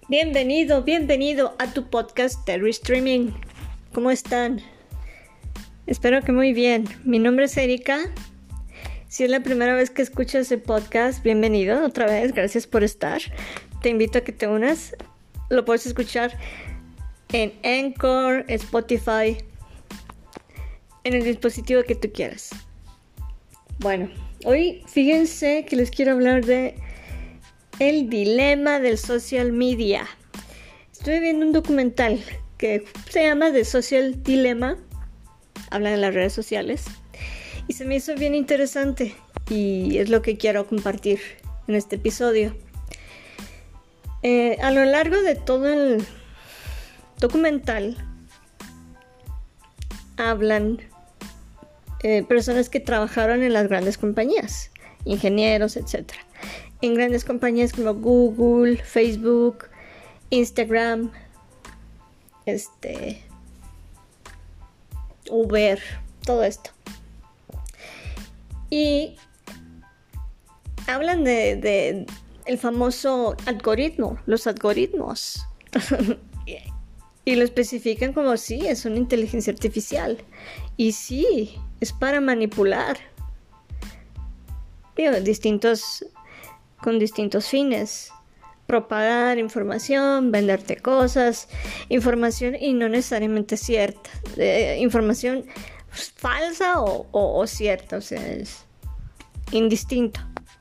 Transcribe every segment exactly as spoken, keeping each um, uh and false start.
Bienvenido, bienvenido a tu podcast de Restreaming. ¿Cómo están? Espero que muy bien. Mi nombre es Erika. Si es la primera vez que escuchas ese podcast, bienvenido otra vez. Gracias por estar. Te invito a que te unas. Lo puedes escuchar en Anchor, Spotify, en el dispositivo que tú quieras. Bueno, hoy fíjense que les quiero hablar de el dilema del social media. Estoy viendo un documental que se llama The Social Dilemma. Habla de las redes sociales. Y se me hizo bien interesante. Y es lo que quiero compartir en este episodio. Eh, a lo largo de todo el documental hablan eh, personas que trabajaron en las grandes compañías, ingenieros, etcétera. En grandes compañías como Google, Facebook, Instagram, este, Uber, todo esto. Y hablan de, de el famoso algoritmo, los algoritmos. Y lo especifican como sí, es una inteligencia artificial. Y sí, es para manipular. Digo, distintos... con distintos fines, propagar información, venderte cosas, información y no necesariamente cierta, eh, información falsa o, o, o cierta, o sea, es indistinto.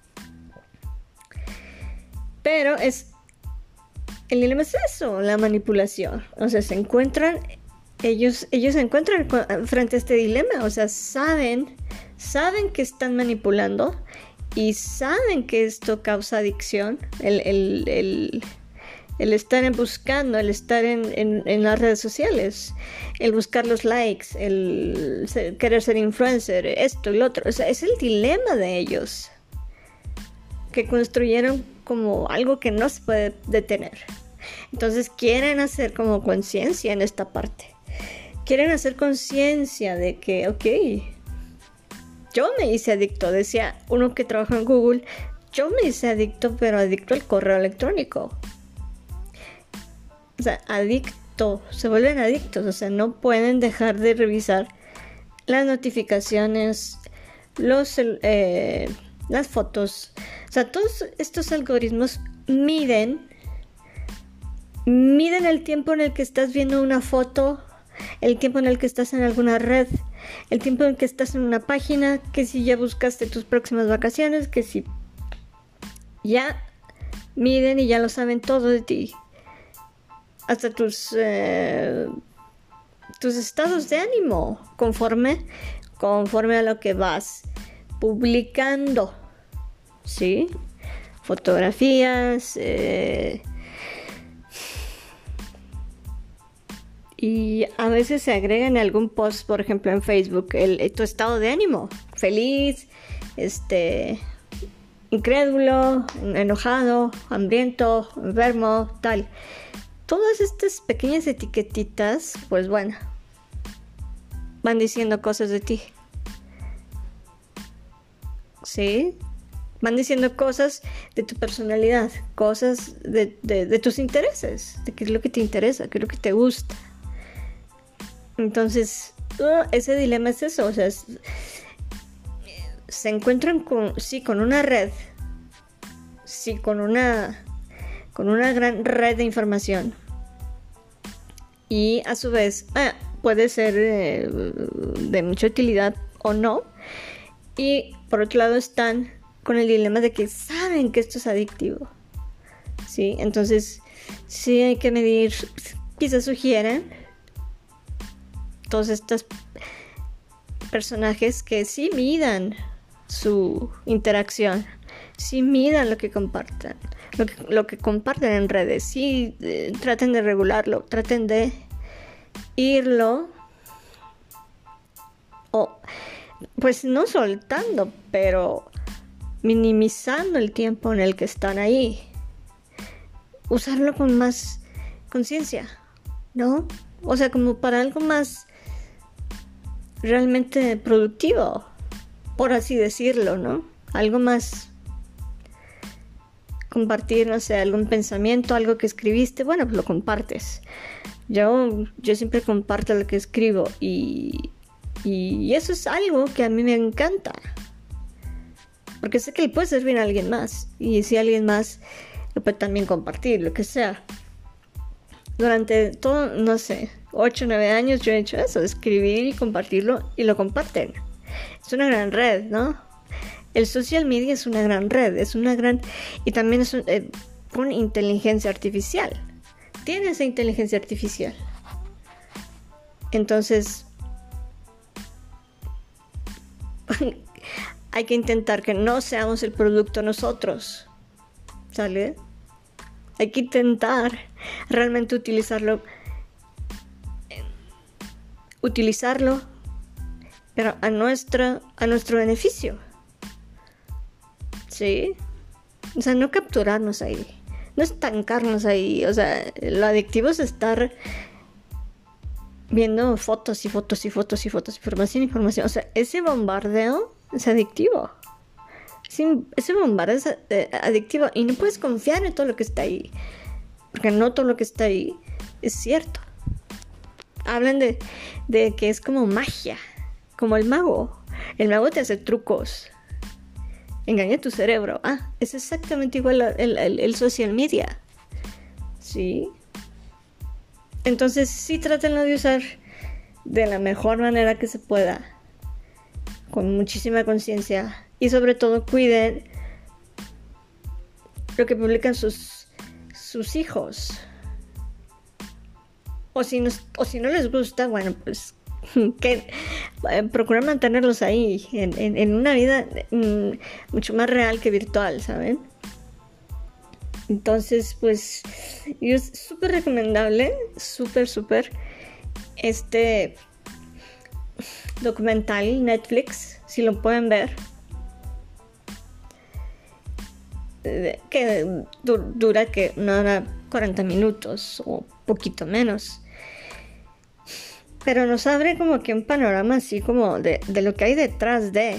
Pero es, el dilema es eso, la manipulación, o sea, se encuentran, ellos, ellos se encuentran frente a este dilema, o sea, saben, saben que están manipulando. Y saben que esto causa adicción, el, el, el, el estar en buscando, el estar en, en, en las redes sociales, el buscar los likes, el ser, querer ser influencer, esto y lo otro. O sea, es el dilema de ellos, que construyeron como algo que no se puede detener. Entonces quieren hacer como conciencia en esta parte. Quieren hacer conciencia de que, ok, yo me hice adicto, decía uno que trabaja en Google, yo me hice adicto, pero adicto al correo electrónico. O sea, adicto, se vuelven adictos, o sea, no pueden dejar de revisar las notificaciones, los, eh, las fotos. O sea, todos estos algoritmos miden, miden el tiempo en el que estás viendo una foto, el tiempo en el que estás en alguna red, el tiempo en que estás en una página, que si ya buscaste tus próximas vacaciones, que si ya miden y ya lo saben todo de ti, hasta tus eh, tus estados de ánimo, conforme conforme a lo que vas publicando, ¿sí? Fotografías, eh, y a veces se agrega en algún post, por ejemplo en Facebook, el, tu estado de ánimo, feliz, este, incrédulo, enojado, hambriento, enfermo, tal. Todas estas pequeñas etiquetitas, pues bueno, van diciendo cosas de ti. ¿Sí? Van diciendo cosas de tu personalidad, cosas de, de, de tus intereses, de qué es lo que te interesa, qué es lo que te gusta. Entonces, uh, ese dilema es eso, o sea, es, se encuentran con, sí, con una red, sí, con una, con una gran red de información, y a su vez, ah, puede ser eh, de mucha utilidad o no, y por otro lado están con el dilema de que saben que esto es adictivo, sí, entonces, sí hay que medir, quizás sugieren todos estos personajes que sí midan su interacción, sí midan lo que comparten, lo que, lo que comparten en redes, sí eh, traten de regularlo, traten de irlo, o pues no soltando, pero minimizando el tiempo en el que están ahí, usarlo con más conciencia, ¿no? O sea, como para algo más realmente productivo, por así decirlo, ¿no? Algo más compartir, no sé, algún pensamiento, algo que escribiste, bueno, pues lo compartes. Yo, yo siempre comparto lo que escribo y, y eso es algo que a mí me encanta. Porque sé que le puede servir a alguien más. Y si alguien más lo puede también compartir, lo que sea. Durante todo, no sé, ocho o nueve años yo he hecho eso, escribir y compartirlo y lo comparten. Es una gran red, ¿no? El social media es una gran red, es una gran... Y también es un, eh, con inteligencia artificial. Tiene esa inteligencia artificial. Entonces... hay que intentar que no seamos el producto nosotros. ¿Sale? Hay que intentar realmente utilizarlo. Utilizarlo, pero a, nuestra, a nuestro beneficio. ¿Sí? O sea, no capturarnos ahí. No estancarnos ahí. O sea, lo adictivo es estar viendo fotos y fotos y fotos y fotos, información y información. O sea, ese bombardeo es adictivo. Ese, ese bombardeo es eh, adictivo y no puedes confiar en todo lo que está ahí. Porque no todo lo que está ahí es cierto. Hablan de, de que es como magia, como el mago. El mago te hace trucos. Engaña tu cerebro. Ah, es exactamente igual el, el, el social media. Sí. Entonces sí trátenlo de usar de la mejor manera que se pueda. Con muchísima conciencia. Y sobre todo cuiden lo que publican sus, sus hijos. O si, no, o si no les gusta, bueno, pues que eh, procuren mantenerlos ahí en, en, en una vida mm, mucho más real que virtual, ¿saben? Entonces, pues, es súper recomendable, súper, súper, este documental Netflix, si lo pueden ver, que du- dura que una hora cuarenta minutos o poquito menos. Pero nos abre como que un panorama así como de, de lo que hay detrás de.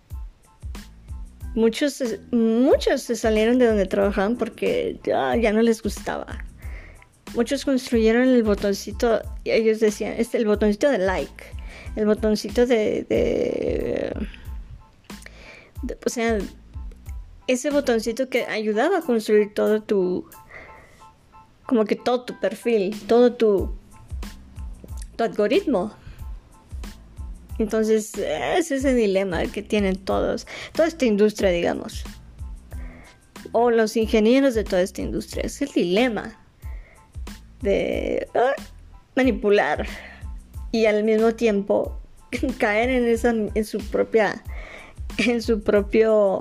Muchos, muchos se salieron de donde trabajaban porque ya, ya no les gustaba. Muchos construyeron el botoncito, y ellos decían, este, el botoncito de like, el botoncito de, de, de, o sea, ese botoncito que ayudaba a construir todo tu, como que todo tu perfil, todo tu, tu algoritmo. Entonces, es ese dilema que tienen todos, toda esta industria, digamos, o los ingenieros de toda esta industria. Es el dilema de uh, manipular y al mismo tiempo caer en esa, en su propia, en su propio,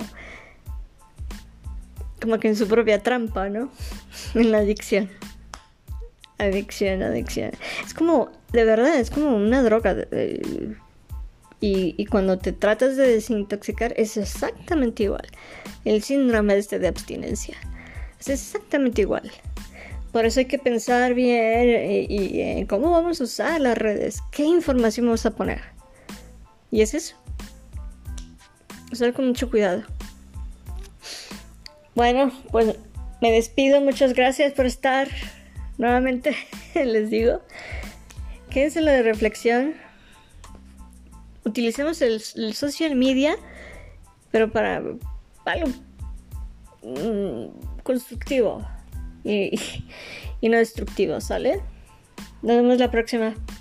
como que en su propia trampa, ¿no? En la adicción. Adicción, adicción. Es como, de verdad, es como una droga. Eh, y, y cuando te tratas de desintoxicar, es exactamente igual. El síndrome este de abstinencia. Es exactamente igual. Por eso hay que pensar bien y, y en cómo vamos a usar las redes. ¿Qué información vamos a poner? Y es eso. Usar con mucho cuidado. Bueno, pues me despido. Muchas gracias por estar. Nuevamente les digo, quédense en lo de reflexión. Utilicemos el, el social media, pero para algo mmm, constructivo y, y, y no destructivo, ¿sale? Nos vemos la próxima.